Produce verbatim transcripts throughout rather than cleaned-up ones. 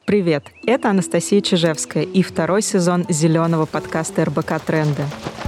Привет, это Анастасия Чижевская и второй сезон зеленого подкаста эр бэ ка «Тренды».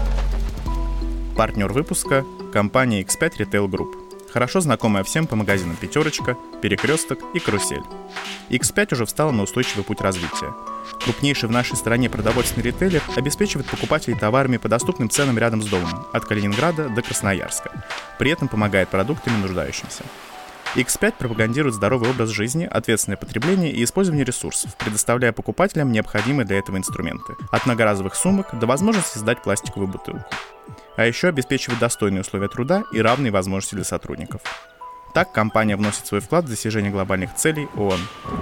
Партнер выпуска – компания икс пять Retail Group, хорошо знакомая всем по магазинам «Пятерочка», «Перекресток» и «Карусель». икс пять уже встала на устойчивый путь развития. Крупнейший в нашей стране продовольственный ритейлер обеспечивает покупателей товарами по доступным ценам рядом с домом, от Калининграда до Красноярска. При этом помогает продуктами нуждающимся. икс пять пропагандирует здоровый образ жизни, ответственное потребление и использование ресурсов, предоставляя покупателям необходимые для этого инструменты, от многоразовых сумок до возможности сдать пластиковую бутылку. А еще обеспечивает достойные условия труда и равные возможности для сотрудников. Так компания вносит свой вклад в достижение глобальных целей ООН.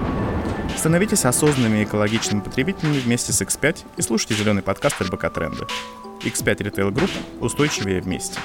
Становитесь осознанными и экологичными потребителями вместе с икс пять и слушайте зеленый подкаст эр бэ ка «Тренды». икс пять Retail Group – устойчивее вместе.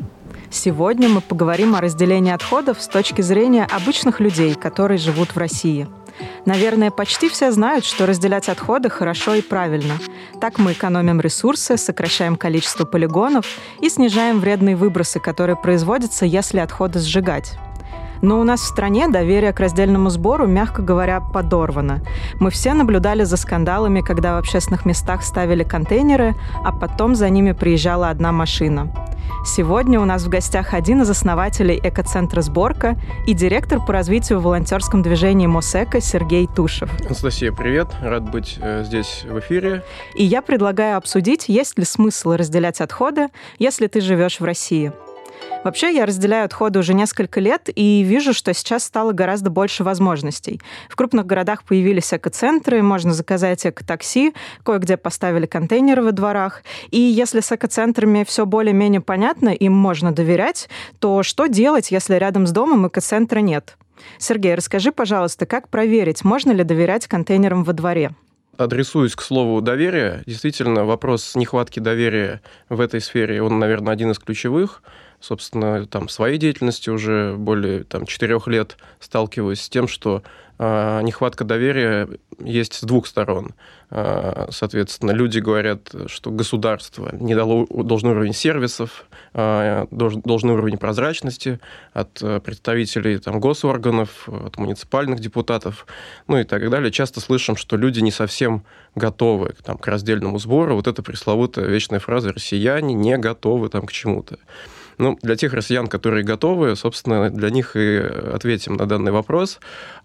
Сегодня мы поговорим о разделении отходов с точки зрения обычных людей, которые живут в России. Наверное, почти все знают, что разделять отходы хорошо и правильно. Так мы экономим ресурсы, сокращаем количество полигонов и снижаем вредные выбросы, которые производятся, если отходы сжигать. Но у нас в стране доверие к раздельному сбору, мягко говоря, подорвано. Мы все наблюдали за скандалами, когда в общественных местах ставили контейнеры, а потом за ними приезжала одна машина. Сегодня у нас в гостях один из основателей экоцентра «Сборка» и директор по развитию в волонтерском движении Мосэко Сергей Тушев. Анастасия, привет. Рад быть э, здесь в эфире. И я предлагаю обсудить, есть ли смысл разделять отходы, если ты живешь в России. Вообще, я разделяю отходы уже несколько лет и вижу, что сейчас стало гораздо больше возможностей. В крупных городах появились экоцентры, можно заказать экотакси, кое-где поставили контейнеры во дворах. И если с экоцентрами все более-менее понятно, им можно доверять, то что делать, если рядом с домом экоцентра нет? Сергей, расскажи, пожалуйста, как проверить, можно ли доверять контейнерам во дворе? Адресуюсь к слову доверия. Действительно, вопрос нехватки доверия в этой сфере, он, наверное, один из ключевых. Собственно, там, в своей деятельности уже более там, четырех лет сталкиваюсь с тем, что э, нехватка доверия есть с двух сторон. Э, соответственно, люди говорят, что государство не дало должный уровень сервисов, э, долж, должный уровень прозрачности от представителей там, госорганов, от муниципальных депутатов, ну и так далее. Часто слышим, что люди не совсем готовы там, к раздельному сбору. Вот эта пресловутая вечная фраза «россияне не готовы там, к чему-то». Ну, для тех россиян, которые готовы, собственно, для них и ответим на данный вопрос.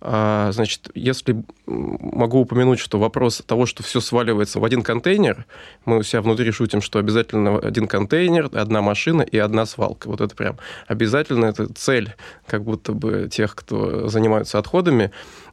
Значит, если могу упомянуть, что вопрос того, что все сваливается в один контейнер, мы у себя внутри шутим, что обязательно один контейнер, одна машина и одна свалка. Вот это прям обязательно, это цель как будто бы тех, кто занимается отходами.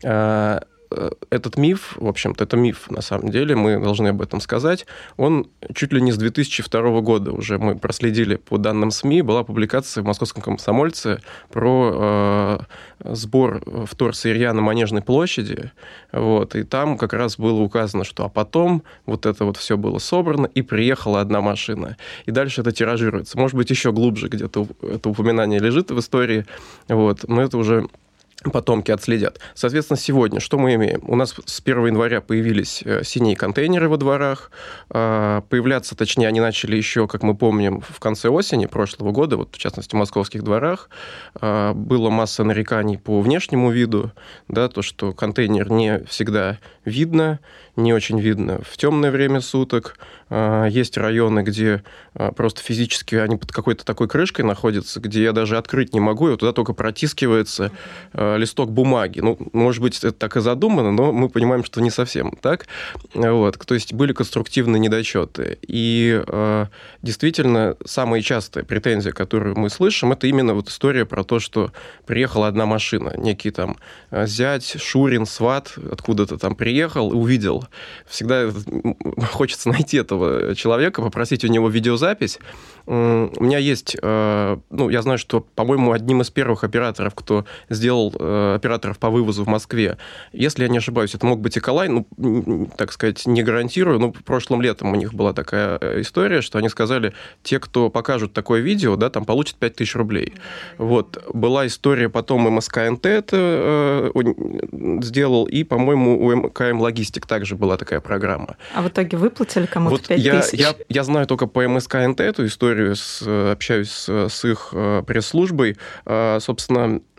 Этот миф, в общем-то, это миф, на самом деле, мы должны об этом сказать, он чуть ли не с две тысячи второго года уже мы проследили по данным СМИ, была публикация в «Московском комсомольце» про э, сбор вторсырья на Манежной площади, вот, и там как раз было указано, что а потом вот это вот все было собрано, и приехала одна машина, и дальше это тиражируется. Может быть, еще глубже где-то это упоминание лежит в истории, вот, но это уже потомки отследят. Соответственно, сегодня что мы имеем? У нас с первого января появились синие контейнеры во дворах. Появляться, точнее, они начали еще, как мы помним, в конце осени прошлого года, вот в частности в московских дворах. Была масса нареканий по внешнему виду, да, то, что контейнер не всегда видно, не очень видно в темное время суток. Есть районы, где просто физически они под какой-то такой крышкой находятся, где я даже открыть не могу, и вот туда только протискивается листок бумаги. Ну, может быть, это так и задумано, но мы понимаем, что не совсем так. Вот. То есть были конструктивные недочеты. И э, действительно, самая частая претензия, которую мы слышим, это именно вот история про то, что приехала одна машина. Некий там зять, Шурин, сват откуда-то там приехал и увидел. Всегда хочется найти этого человека, попросить у него видеозапись. У меня есть, ну, я знаю, что, по-моему, одним из первых операторов, кто сделал операторов по вывозу в Москве, если я не ошибаюсь, это мог быть Эколайн, ну, так сказать, не гарантирую, но прошлым летом у них была такая история, что они сказали, те, кто покажут такое видео, да, там получат пять тысяч рублей. Вот. Была история, потом эм эс ка эн тэ это сделал, и, по-моему, у эм ка эм Логистик также была такая программа. А в итоге выплатили кому-то вот пять тысяч? Я, я, я знаю только по эм эс ка эн тэ эту историю, с, общаюсь с, с их пресс-службой. Собственно,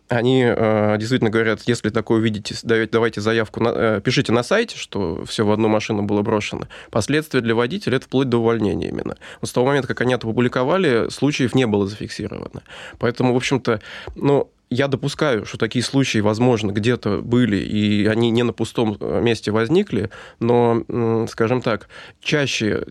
они э, действительно говорят, если такое увидите, давайте заявку, на, э, пишите на сайте, что все в одну машину было брошено. Последствия для водителя — это вплоть до увольнения именно. Но с того момента, как они это опубликовали, случаев не было зафиксировано. Поэтому, в общем-то, ну, я допускаю, что такие случаи, возможно, где-то были, и они не на пустом месте возникли, но, скажем так, чаще,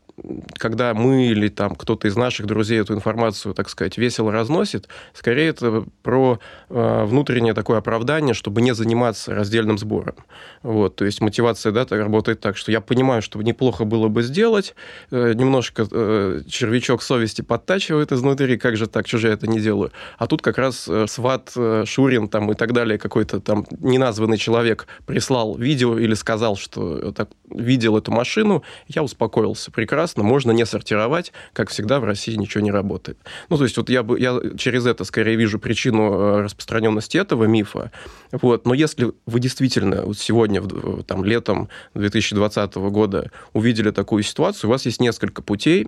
когда мы или там кто-то из наших друзей эту информацию, так сказать, весело разносит, скорее это про э, внутреннее такое оправдание, чтобы не заниматься раздельным сбором. Вот, то есть мотивация, да, работает так, что я понимаю, что неплохо было бы сделать, э, немножко э, червячок совести подтачивает изнутри, как же так, чужие это не делаю. А тут как раз э, сват, э, Шурин там, и так далее, какой-то там неназванный человек прислал видео или сказал, что так, видел эту машину, я успокоился. Прекрасно. Можно не сортировать, как всегда в России ничего не работает. Ну, то есть вот я, бы, я через это скорее вижу причину распространенности этого мифа. Вот. Но если вы действительно вот сегодня, там, летом две тысячи двадцатого года увидели такую ситуацию, у вас есть несколько путей.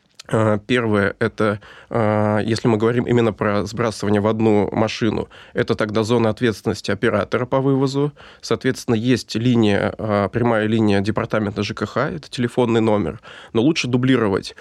Первое, это, если мы говорим именно про сбрасывание в одну машину, это тогда зона ответственности оператора по вывозу. Соответственно, есть линия, прямая линия департамента ЖКХ, это телефонный номер, но лучше дублировать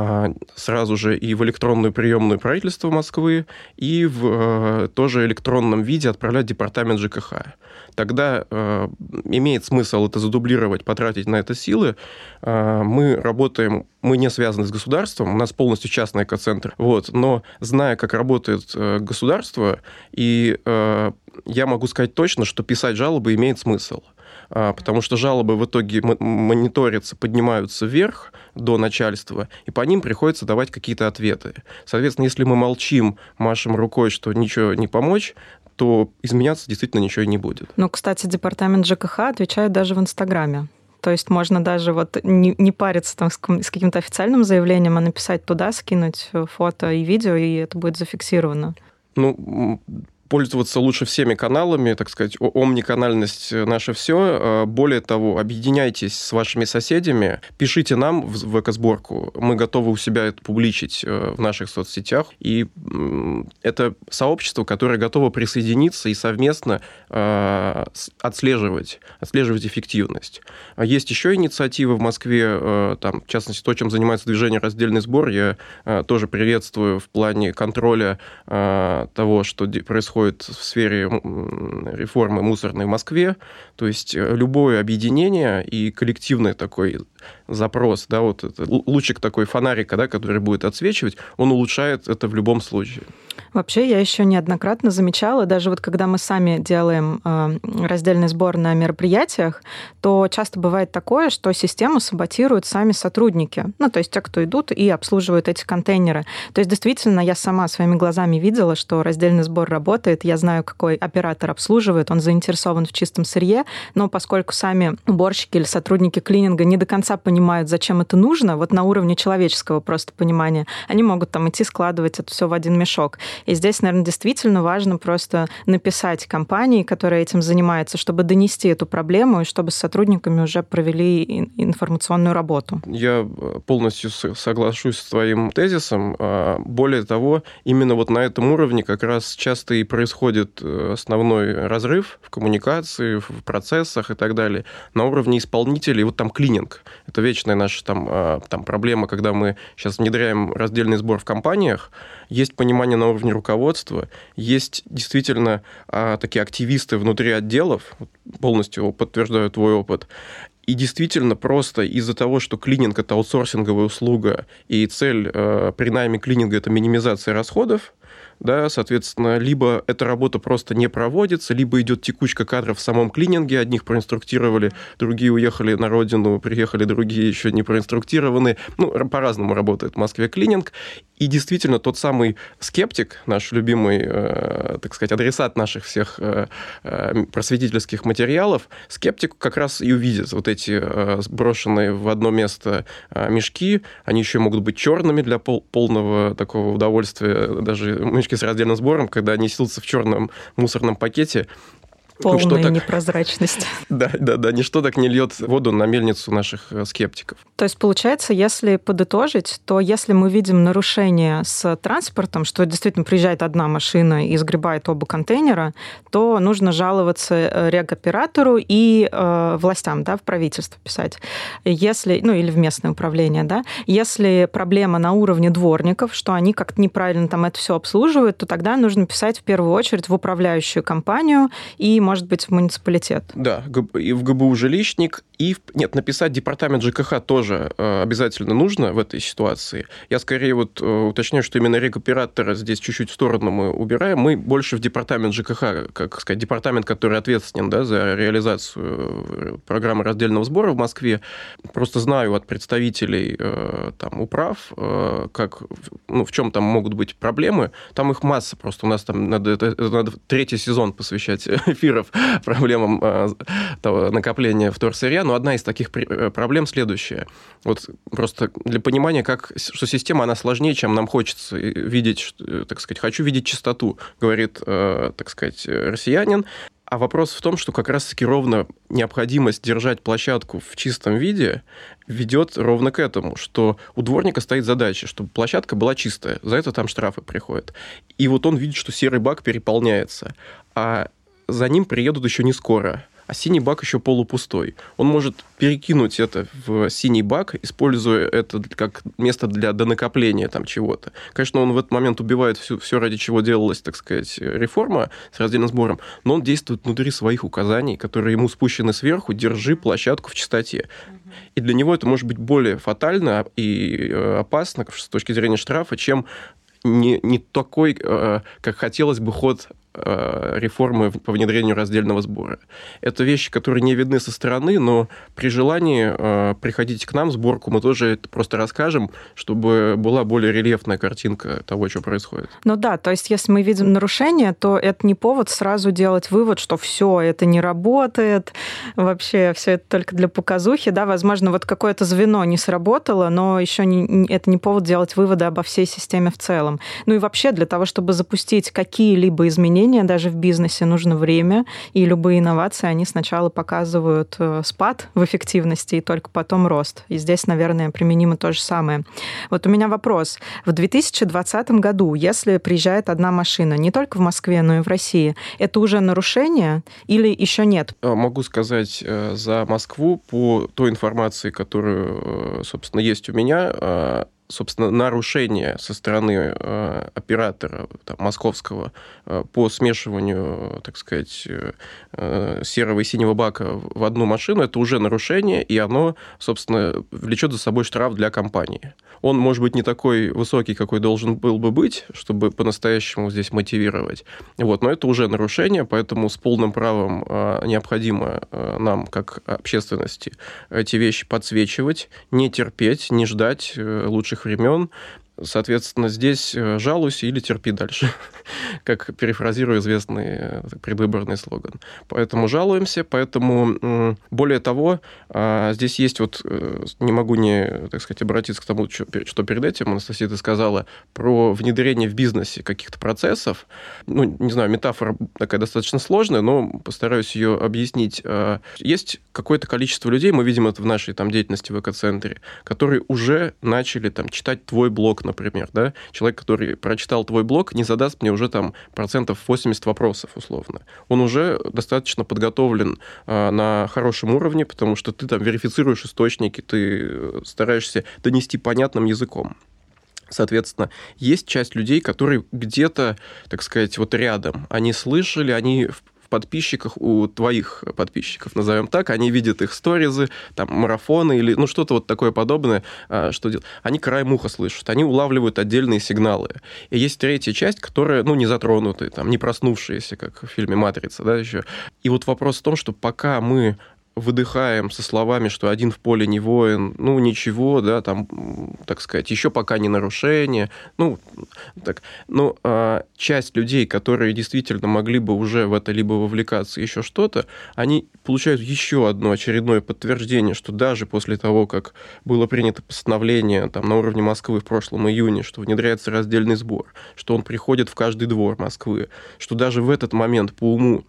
сразу же и в электронную приемную правительства Москвы, и в тоже электронном виде отправлять в департамент ЖКХ. Тогда э, имеет смысл это задублировать, потратить на это силы. Э, мы работаем, мы не связаны с государством, у нас полностью частный экоцентр. Вот, но зная, как работает э, государство, и э, я могу сказать точно, что писать жалобы имеет смысл. Э, потому что жалобы в итоге мониторятся, поднимаются вверх до начальства, и по ним приходится давать какие-то ответы. Соответственно, если мы молчим, машем рукой, что ничего не помочь, то изменяться действительно ничего и не будет. Ну, кстати, департамент ЖКХ отвечает даже в Инстаграме. То есть можно даже вот не, не париться там с, с каким-то официальным заявлением, а написать туда, скинуть фото и видео, и это будет зафиксировано. Ну, пользоваться лучше всеми каналами, так сказать, омниканальность — наше все. Более того, объединяйтесь с вашими соседями, пишите нам в экосборку, мы готовы у себя это публичить в наших соцсетях, и это сообщество, которое готово присоединиться и совместно отслеживать, отслеживать эффективность. Есть еще инициативы в Москве, там, в частности, то, чем занимается движение «Раздельный сбор», я тоже приветствую в плане контроля того, что происходит в сфере реформы мусорной в Москве. То есть любое объединение и коллективный такой запрос, да, вот это, лучик такой фонарика, да, который будет отсвечивать, он улучшает это в любом случае. Вообще, я еще неоднократно замечала, даже вот когда мы сами делаем э, раздельный сбор на мероприятиях, то часто бывает такое, что систему саботируют сами сотрудники. Ну, то есть те, кто идут и обслуживают эти контейнеры. То есть действительно, я сама своими глазами видела, что раздельный сбор работает, я знаю, какой оператор обслуживает, он заинтересован в чистом сырье, но поскольку сами уборщики или сотрудники клининга не до конца понимают, зачем это нужно, вот на уровне человеческого просто понимания, они могут там идти складывать это все в один мешок. И здесь, наверное, действительно важно просто написать компании, которая этим занимается, чтобы донести эту проблему и чтобы с сотрудниками уже провели информационную работу. Я полностью соглашусь с твоим тезисом. Более того, именно вот на этом уровне как раз часто и происходит основной разрыв в коммуникации, в процессах и так далее. На уровне исполнителей, вот там клининг. Это вечная наша там, там проблема, когда мы сейчас внедряем раздельный сбор в компаниях. Есть понимание на уровне руководства, есть действительно а, такие активисты внутри отделов, полностью подтверждаю твой опыт, и действительно просто из-за того, что клининг – это аутсорсинговая услуга, и цель э, при найме клининга – это минимизация расходов, да, соответственно, либо эта работа просто не проводится, либо идет текучка кадров в самом клининге, одних проинструктировали, другие уехали на родину, приехали другие еще не проинструктированы. Ну, по-разному работает в Москве клининг. И действительно, тот самый скептик, наш любимый, э, так сказать, адресат наших всех э, просветительских материалов, скептик как раз и увидит вот эти э, сброшенные в одно место э, мешки, они еще могут быть черными для пол- полного такого удовольствия, даже мешки с раздельным сбором, когда они несутся в черном мусорном пакете. Полная ну, так... непрозрачность. Да, да, да, ничто так не льет воду на мельницу наших скептиков. То есть, получается, если подытожить, то если мы видим нарушение с транспортом, что действительно приезжает одна машина и сгребает оба контейнера, то нужно жаловаться регоператору и э, властям, да, в правительство писать. Если, ну, или в местное управление, да. Если проблема на уровне дворников, что они как-то неправильно там это все обслуживают, то тогда нужно писать в первую очередь в управляющую компанию и, может быть, в муниципалитет. Да, и в ГБУ «Жилищник», и... В... Нет, написать департамент ЖКХ тоже обязательно нужно в этой ситуации. Я скорее вот уточняю, что именно регоператора здесь чуть-чуть в сторону мы убираем. Мы больше в департамент ЖКХ, как сказать, департамент, который ответственен, да, за реализацию программы раздельного сбора в Москве. Просто знаю от представителей там, управ, как, ну, в чем там могут быть проблемы. Там их масса. Просто у нас там надо, надо третий сезон посвящать эфиров проблемам того, накопления вторсырья, но одна из таких проблем следующая. Вот просто для понимания, как, что система, она сложнее, чем нам хочется видеть, так сказать, хочу видеть чистоту, говорит, так сказать, россиянин. А вопрос в том, что как раз-таки ровно необходимость держать площадку в чистом виде ведет ровно к этому, что у дворника стоит задача, чтобы площадка была чистая, за это там штрафы приходят. И вот он видит, что серый бак переполняется, а за ним приедут еще не скоро, а синий бак еще полупустой. Он может перекинуть это в синий бак, используя это как место для донакопления там чего-то. Конечно, он в этот момент убивает все, все, ради чего делалась, так сказать, реформа с раздельным сбором, но он действует внутри своих указаний, которые ему спущены сверху: держи площадку в чистоте. И для него это может быть более фатально и опасно с точки зрения штрафа, чем не, не такой, как хотелось бы, ход реформы по внедрению раздельного сбора. Это вещи, которые не видны со стороны, но при желании э, приходите к нам в сборку, мы тоже это просто расскажем, чтобы была более рельефная картинка того, что происходит. Ну да, то есть если мы видим нарушение, то это не повод сразу делать вывод, что все это не работает, вообще все это только для показухи, да, возможно, вот какое-то звено не сработало, но еще не, это не повод делать выводы обо всей системе в целом. Ну и вообще для того, чтобы запустить какие-либо изменения даже в бизнесе, нужно время, и любые инновации, они сначала показывают спад в эффективности, и только потом рост. И здесь, наверное, применимо то же самое. Вот у меня вопрос. В две тысячи двадцатом году, если приезжает одна машина, не только в Москве, но и в России, это уже нарушение или еще нет? Могу сказать за Москву по той информации, которую, собственно, есть у меня. Собственно, нарушение со стороны э, оператора там, московского э, по смешиванию, так сказать, э, серого и синего бака в одну машину, это уже нарушение, и оно, собственно, влечет за собой штраф для компании. Он, может быть, не такой высокий, какой должен был бы быть, чтобы по-настоящему здесь мотивировать, вот, но это уже нарушение, поэтому с полным правом э, необходимо э, нам, как общественности, эти вещи подсвечивать, не терпеть, не ждать э, лучших времен. Соответственно, здесь жалуйся или терпи дальше, как перефразирую известный предвыборный слоган. Поэтому жалуемся, поэтому, более того, здесь есть вот, не могу не, так сказать, обратиться к тому, что перед этим, Анастасия, ты сказала про внедрение в бизнесе каких-то процессов. Ну, не знаю, метафора такая достаточно сложная, но постараюсь ее объяснить. Есть какое-то количество людей, мы видим это в нашей там деятельности в экоцентре, которые уже начали там читать твой блог, например, да, человек, который прочитал твой блог, не задаст мне уже там процентов восемьдесят вопросов, условно. Он уже достаточно подготовлен э, на хорошем уровне, потому что ты там верифицируешь источники, ты стараешься донести понятным языком. Соответственно, есть часть людей, которые где-то, так сказать, вот рядом. Они слышали, они в подписчиках, у твоих подписчиков, назовем так, они видят их сторизы, там, марафоны или ну, что-то вот такое подобное, что делают. Они краем уха слышат, они улавливают отдельные сигналы. И есть третья часть, которая, ну, не затронутая, там, не проснувшаяся, как в фильме «Матрица», да, еще. И вот вопрос в том, что пока мы выдыхаем со словами, что один в поле не воин, ну, ничего, да, там, так сказать, еще пока не нарушение, ну, так, ну, а часть людей, которые действительно могли бы уже в это либо вовлекаться, еще что-то, они получают еще одно очередное подтверждение, что даже после того, как было принято постановление там, на уровне Москвы в прошлом июне, что внедряется раздельный сбор, что он приходит в каждый двор Москвы, что даже в этот момент по уму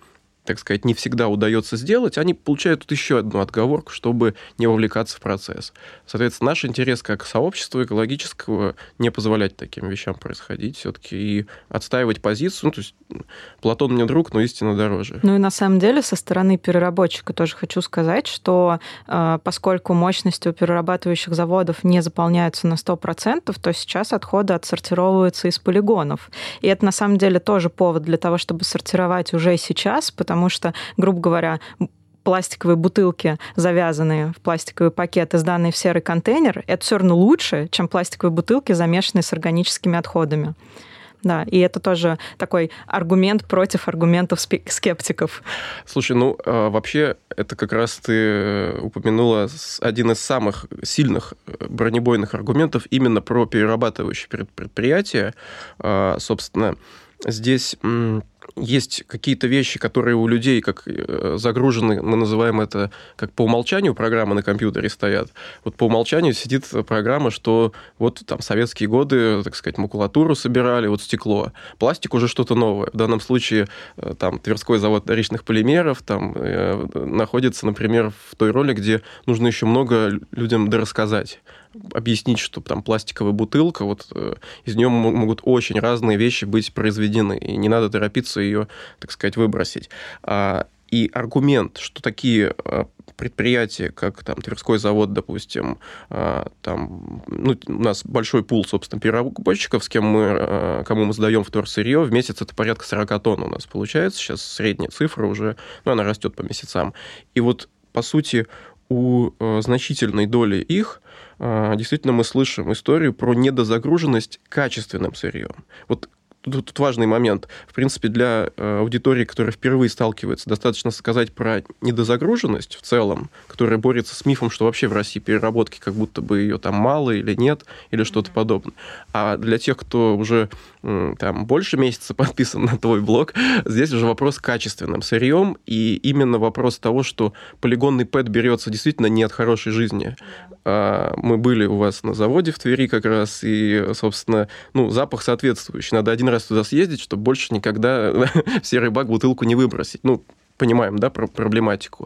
так сказать, не всегда удается сделать, они получают тут еще одну отговорку, чтобы не вовлекаться в процесс. Соответственно, наш интерес как сообщества экологического не позволять таким вещам происходить все-таки и отстаивать позицию. Ну, то есть Платон мне друг, но истина дороже. Ну и на самом деле со стороны переработчика тоже хочу сказать, что э, поскольку мощности у перерабатывающих заводов не заполняются на сто процентов, то сейчас отходы отсортировываются из полигонов. И это на самом деле тоже повод для того, чтобы сортировать уже сейчас, потому что, грубо говоря, пластиковые бутылки, завязанные в пластиковый пакет и сданные в серый контейнер, это все равно лучше, чем пластиковые бутылки, замешанные с органическими отходами. Да, и это тоже такой аргумент против аргументов скептиков. Слушай, ну, вообще, это как раз ты упомянула один из самых сильных бронебойных аргументов именно про перерабатывающие предприятия. Собственно, здесь есть какие-то вещи, которые у людей как загружены, мы называем это как по умолчанию программы на компьютере стоят. Вот по умолчанию сидит программа, что вот там советские годы, так сказать, макулатуру собирали, вот стекло. Пластик уже что-то новое. В данном случае там Тверской завод вторичных полимеров там э, находится, например, в той роли, где нужно еще много людям дорассказать, объяснить, что там пластиковая бутылка, вот э, из нее могут очень разные вещи быть произведены, и не надо торопиться ее, так сказать, выбросить. А, и аргумент, что такие а, предприятия, как там Тверской завод, допустим, а, там, ну, у нас большой пул, собственно, переработчиков, с кем мы, а, кому мы сдаем вторсырье, в месяц это порядка сорок тонн у нас получается, сейчас средняя цифра уже, ну, она растет по месяцам. И вот, по сути, у а, значительной доли их действительно мы слышим историю про недозагруженность качественным сырьем. Вот тут, тут важный момент. В принципе, для аудитории, которая впервые сталкивается, достаточно сказать про недозагруженность в целом, которая борется с мифом, что вообще в России переработки как будто бы ее там мало или нет, или что-то mm-hmm. подобное. А для тех, кто уже там больше месяца подписан на твой блог, здесь уже вопрос качественным сырьем, и именно вопрос того, что полигонный пэт берется действительно не от хорошей жизни. Mm-hmm. Мы были у вас на заводе в Твери как раз, и, собственно, ну, запах соответствующий. Надо один раз туда съездить, чтобы больше никогда в серый бак бутылку не выбросить. Ну, понимаем, да, про проблематику.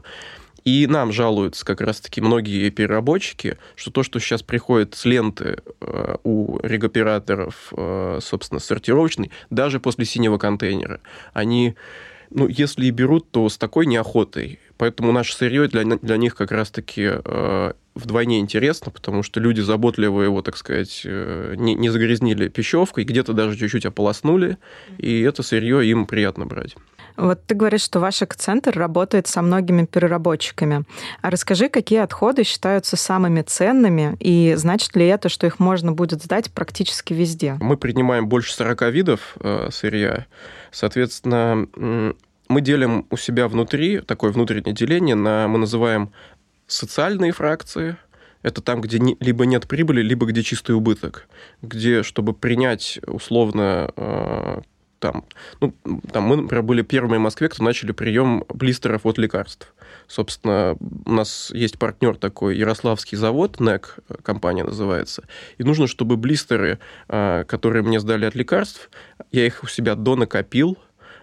И нам жалуются как раз-таки многие переработчики, что то, что сейчас приходит с ленты э, у регоператоров, э, собственно, сортировочной, даже после синего контейнера, они, ну, если и берут, то с такой неохотой. Поэтому наше сырье для, для них как раз-таки э, вдвойне интересно, потому что люди заботливо его, так сказать, э, не, не загрязнили пищевкой, где-то даже чуть-чуть ополоснули, и это сырье им приятно брать. Вот ты говоришь, что ваш экоцентр работает со многими переработчиками. А расскажи, какие отходы считаются самыми ценными, и значит ли это, что их можно будет сдать практически везде? Мы принимаем больше сорок видов э, сырья. Соответственно, мы делим у себя внутри, такое внутреннее деление, на, мы называем социальные фракции. Это там, где не, либо нет прибыли, либо где чистый убыток. Где, чтобы принять условно... Э, Там, ну, там мы, например, были первыми в Москве, кто начали прием блистеров от лекарств. Собственно, у нас есть партнер такой, Ярославский завод, НЭК компания называется. И нужно, чтобы блистеры, которые мне сдали от лекарств, я их у себя донакопил,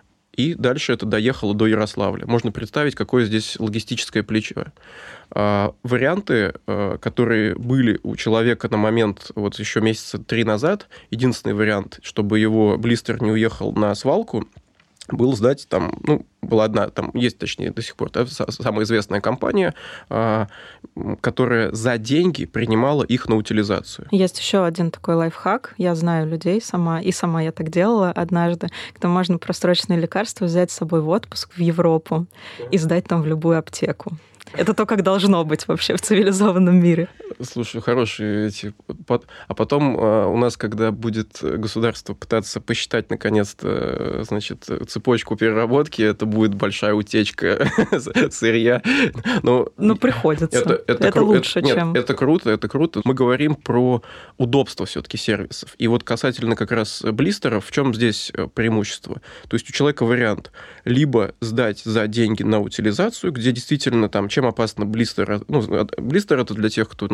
и дальше это доехало до Ярославля. Можно представить, какое здесь логистическое плечо. А, варианты, а, которые были у человека на момент, вот еще месяца три назад, единственный вариант, чтобы его блистер не уехал на свалку, был сдать там, ну, была одна, там есть, точнее, до сих пор, да, самая известная компания, а, которая за деньги принимала их на утилизацию. Есть еще один такой лайфхак. Я знаю людей сама, и сама я так делала однажды, когда можно просроченные лекарства взять с собой в отпуск в Европу и сдать там в любую аптеку. Это то, как должно быть вообще в цивилизованном мире. Слушай, хорошие эти... А потом у нас, когда будет государство пытаться посчитать, наконец-то, значит, цепочку переработки, это будет большая утечка сырья. Но ну, приходится. Это, это, это кру... лучше, это, чем... Нет, это круто, это круто. Мы говорим про удобство все-таки сервисов. И вот касательно как раз блистеров, в чем здесь преимущество? То есть у человека вариант либо сдать за деньги на утилизацию, где действительно там чем опасно блистер. Ну, блистер это для тех, кто ну,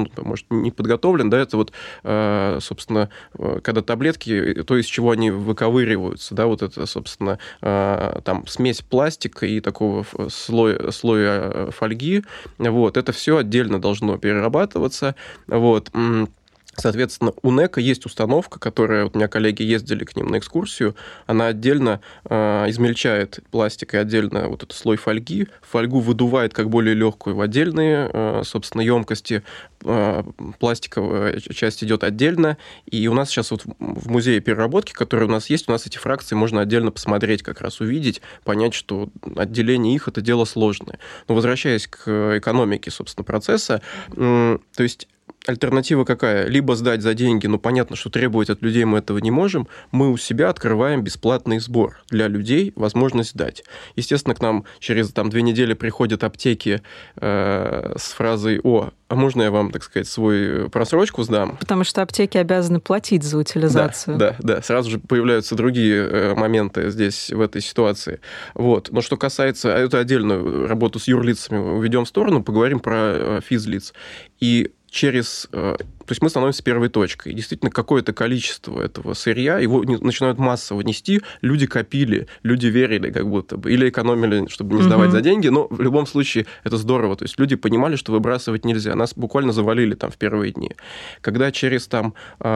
может, не подготовлен, да, это вот, собственно, когда таблетки, то, из чего они выковыриваются, да, вот это, собственно, там смесь пластика и такого слоя, слоя фольги, вот, это все отдельно должно перерабатываться, вот. Соответственно, у НЭКа есть установка, которая, вот у меня коллеги ездили к ним на экскурсию, она отдельно э, измельчает пластик и отдельно вот этот слой фольги, фольгу выдувает как более легкую в отдельные, э, собственно, емкости, э, пластиковая часть идет отдельно, и у нас сейчас вот в музее переработки, который у нас есть, у нас эти фракции можно отдельно посмотреть, как раз увидеть, понять, что отделение их – это дело сложное. Но возвращаясь к экономике, собственно, процесса, э, то есть альтернатива какая? Либо сдать за деньги, но понятно, что требовать от людей мы этого не можем, мы у себя открываем бесплатный сбор для людей, возможность сдать. Естественно, к нам через там, две недели приходят аптеки э, с фразой «О, а можно я вам, так сказать, свою просрочку сдам?» Потому что аптеки обязаны платить за утилизацию. Да, да, да. Сразу же появляются другие э, моменты здесь, в этой ситуации. Вот. Но что касается... Это отдельную работу с юрлицами уведем в сторону, поговорим про э, физлиц. И через... То есть мы становимся первой точкой. И действительно, какое-то количество этого сырья, его начинают массово нести. Люди копили, люди верили как будто бы. Или экономили, чтобы не сдавать угу. за деньги. Но в любом случае это здорово. То есть люди понимали, что выбрасывать нельзя. Нас буквально завалили там в первые дни. Когда через там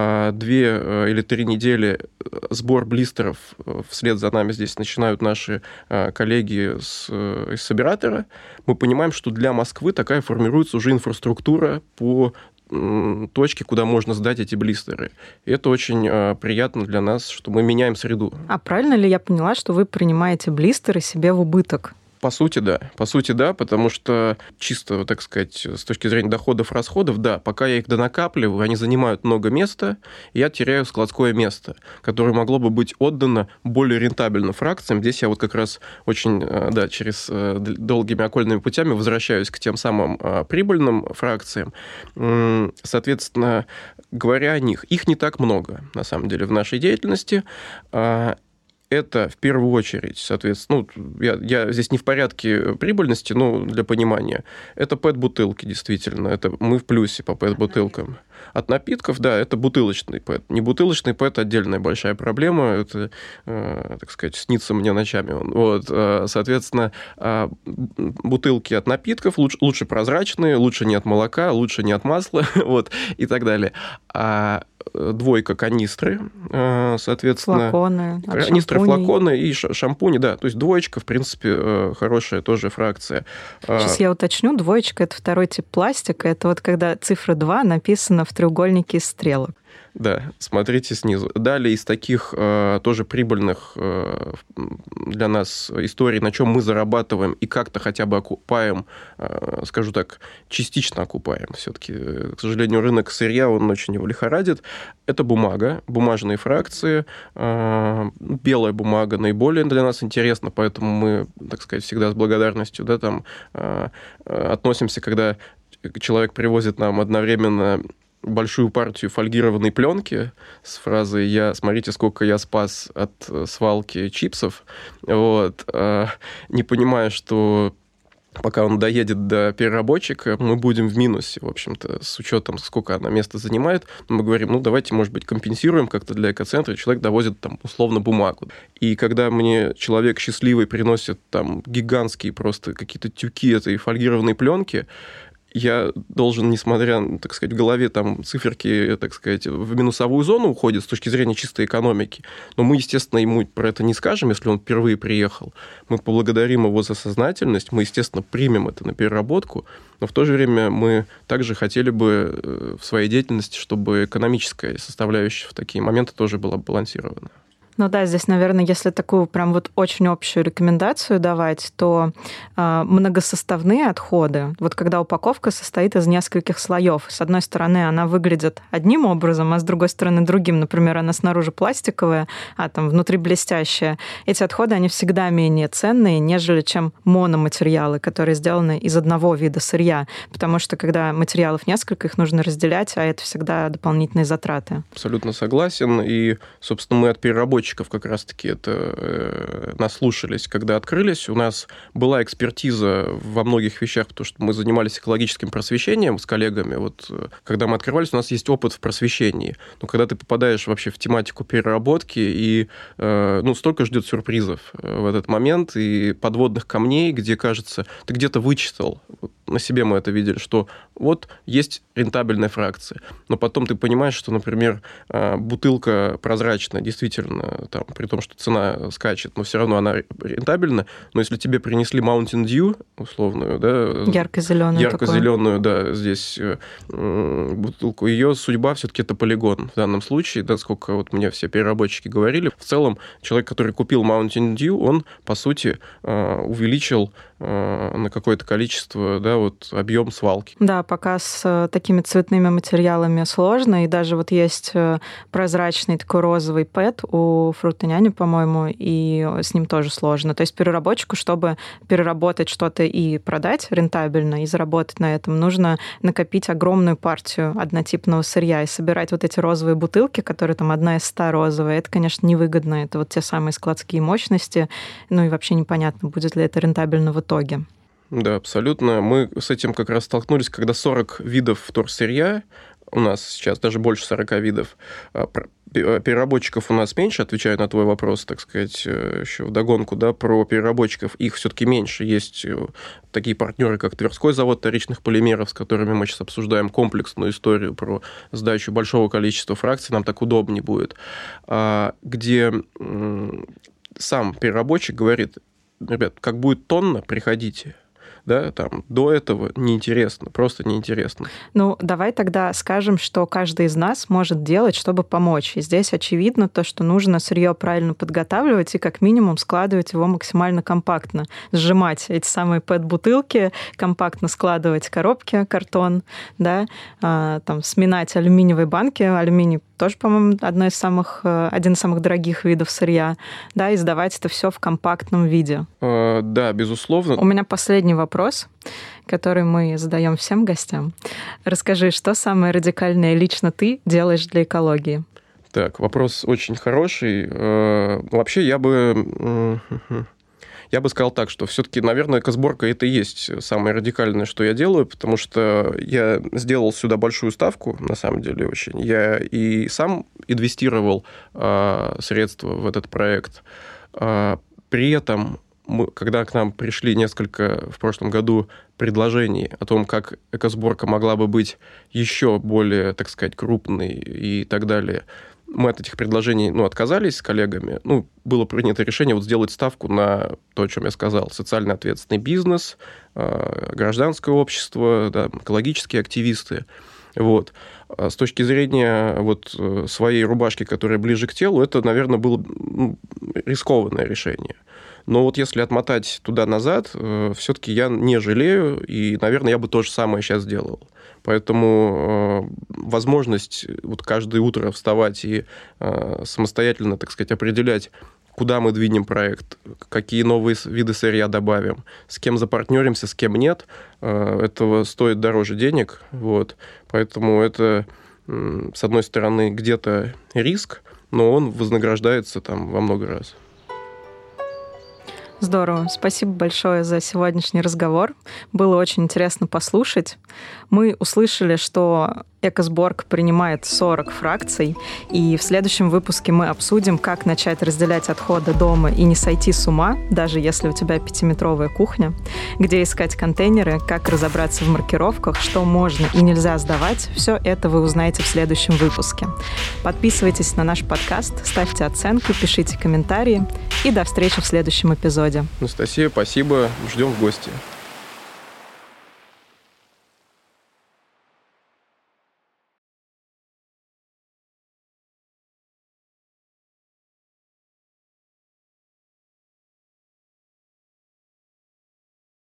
две или три недели сбор блистеров вслед за нами здесь начинают наши коллеги с, из собиратора, мы понимаем, что для Москвы такая формируется уже инфраструктура по точки, куда можно сдать эти блистеры. И это очень э, приятно для нас, что мы меняем среду. А правильно ли я поняла, что вы принимаете блистеры себе в убыток? По сути, да. По сути, да, потому что чисто, так сказать, с точки зрения доходов-расходов, да, пока я их донакапливаю, они занимают много места, и я теряю складское место, которое могло бы быть отдано более рентабельно фракциям. Здесь я вот как раз очень, да, через долгими окольными путями возвращаюсь к тем самым прибыльным фракциям. Соответственно, говоря о них, их не так много, на самом деле, в нашей деятельности. Это в первую очередь, соответственно, ну, я, я здесь не в порядке прибыльности, но для понимания. Это пэт-бутылки, действительно. Это мы в плюсе по пэт-бутылкам. От напитков, да, это бутылочный пэт. Не бутылочный пэт – отдельная большая проблема. Это, э, так сказать, снится мне ночами он. Вот, э, соответственно, э, бутылки от напитков лучше, лучше прозрачные, лучше не от молока, лучше не от масла, вот, и так далее. А двойка канистры, соответственно... Флаконы, канистры, флаконы и шампуни, да. То есть двоечка, в принципе, хорошая тоже фракция. Сейчас я уточню. Двоечка – это второй тип пластика. Это вот когда цифра два написана в треугольнике из стрелок. Да, смотрите снизу. Далее из таких э, тоже прибыльных э, для нас историй, на чем мы зарабатываем и как-то хотя бы окупаем, э, скажу так, частично окупаем. Все-таки, к сожалению, рынок сырья, он очень его лихорадит. Это бумага, бумажные фракции. Э, белая бумага наиболее для нас интересна, поэтому мы, так сказать, всегда с благодарностью, да, там, э, относимся, когда человек привозит нам одновременно большую партию фольгированной пленки с фразой «Я, смотрите, сколько я спас от свалки чипсов», вот, не понимая, что пока он доедет до переработчика, мы будем в минусе, в общем-то, с учетом, сколько она места занимает. Мы говорим, ну, давайте, может быть, компенсируем как-то для экоцентра, человек довозит там условно бумагу. И когда мне человек счастливый приносит там гигантские просто какие-то тюки этой фольгированной пленки, я должен, несмотря, так сказать, в голове там циферки, так сказать, в минусовую зону уходят с точки зрения чистой экономики. Но мы, естественно, ему про это не скажем, если он впервые приехал. Мы поблагодарим его за сознательность, мы, естественно, примем это на переработку, но в то же время мы также хотели бы в своей деятельности, чтобы экономическая составляющая в такие моменты тоже была балансирована. Ну да, здесь, наверное, если такую прям вот очень общую рекомендацию давать, то э, многосоставные отходы, вот когда упаковка состоит из нескольких слоев, с одной стороны она выглядит одним образом, а с другой стороны другим, например, она снаружи пластиковая, а там внутри блестящая, эти отходы, они всегда менее ценные, нежели чем мономатериалы, которые сделаны из одного вида сырья, потому что когда материалов несколько, их нужно разделять, а это всегда дополнительные затраты. Абсолютно согласен, и, собственно, мы от переработки переработчиков как раз-таки это э, наслушались, когда открылись. У нас была экспертиза во многих вещах, потому что мы занимались экологическим просвещением с коллегами. Вот когда мы открывались, у нас есть опыт в просвещении. Но когда ты попадаешь вообще в тематику переработки, и э, ну, столько ждет сюрпризов в этот момент, и подводных камней, где, кажется, ты где-то вычитал, вот на себе мы это видели, что вот есть рентабельная фракция. Но потом ты понимаешь, что, например, бутылка прозрачная, действительно, там, при том, что цена скачет, но все равно она рентабельна. Но если тебе принесли Mountain Dew, условную, да, ярко-зеленую, ярко-зеленую, да, здесь бутылку, ее судьба все-таки это полигон в данном случае, да, сколько вот мне все переработчики говорили. В целом, человек, который купил Mountain Dew, он, по сути, увеличил на какое-то количество, да, вот объем свалки. Да, пока с такими цветными материалами сложно, и даже вот есть прозрачный такой розовый пэт у Фрутоняни, по-моему, и с ним тоже сложно. То есть переработчику, чтобы переработать что-то и продать рентабельно, и заработать на этом, нужно накопить огромную партию однотипного сырья и собирать вот эти розовые бутылки, которые там одна из ста розовая. Это, конечно, невыгодно. Это вот те самые складские мощности. Ну и вообще непонятно, будет ли это рентабельно в итоге. Да, абсолютно. Мы с этим как раз столкнулись, когда сорок видов вторсырья, у нас сейчас даже больше сорока видов, переработчиков у нас меньше, отвечаю на твой вопрос, так сказать, еще вдогонку, да, про переработчиков, их все-таки меньше. Есть такие партнеры, как Тверской завод вторичных полимеров, с которыми мы сейчас обсуждаем комплексную историю про сдачу большого количества фракций, нам так удобнее будет, где сам переработчик говорит: ребят, как будет тонна, приходите. Да, там, до этого неинтересно, просто неинтересно. Ну, давай тогда скажем, что каждый из нас может делать, чтобы помочь. И здесь очевидно то, что нужно сырье правильно подготавливать и как минимум складывать его максимально компактно. Сжимать эти самые пэт-бутылки, компактно складывать коробки, картон, да, там, сминать алюминиевые банки. Алюминий тоже, по-моему, одно из самых, один из самых дорогих видов сырья, да, и сдавать это все в компактном виде. А, да, безусловно. У меня последний вопрос, который мы задаем всем гостям. Расскажи, что самое радикальное лично ты делаешь для экологии? Так, вопрос очень хороший. Вообще, я бы... Я бы сказал так, что все-таки, наверное, экосборка это и есть самое радикальное, что я делаю, потому что я сделал сюда большую ставку, на самом деле, очень. Я и сам инвестировал а, средства в этот проект. А, при этом, мы, когда к нам пришли несколько в прошлом году предложений о том, как экосборка могла бы быть еще более, так сказать, крупной и так далее, мы от этих предложений, ну, отказались с коллегами. Ну, было принято решение вот сделать ставку на то, о чем я сказал: социально ответственный бизнес, гражданское общество, да, экологические активисты. Вот. А с точки зрения вот своей рубашки, которая ближе к телу, это, наверное, было, ну, рискованное решение. Но вот если отмотать туда-назад, все-таки я не жалею, и, наверное, я бы то же самое сейчас сделал. Поэтому э, возможность вот каждое утро вставать и э, самостоятельно, так сказать, определять, куда мы двинем проект, какие новые виды сырья добавим, с кем запартнеримся, с кем нет, э, этого стоит дороже денег. Вот. Поэтому это, э, с одной стороны, где-то риск, но он вознаграждается там во много раз. Здорово. Спасибо большое за сегодняшний разговор. Было очень интересно послушать. Мы услышали, что экосборка принимает сорок фракций, и в следующем выпуске мы обсудим, как начать разделять отходы дома и не сойти с ума, даже если у тебя пятиметровая кухня, где искать контейнеры, как разобраться в маркировках, что можно и нельзя сдавать. Все это вы узнаете в следующем выпуске. Подписывайтесь на наш подкаст, ставьте оценки, пишите комментарии, и до встречи в следующем эпизоде. Анастасия, спасибо. Ждем в гости.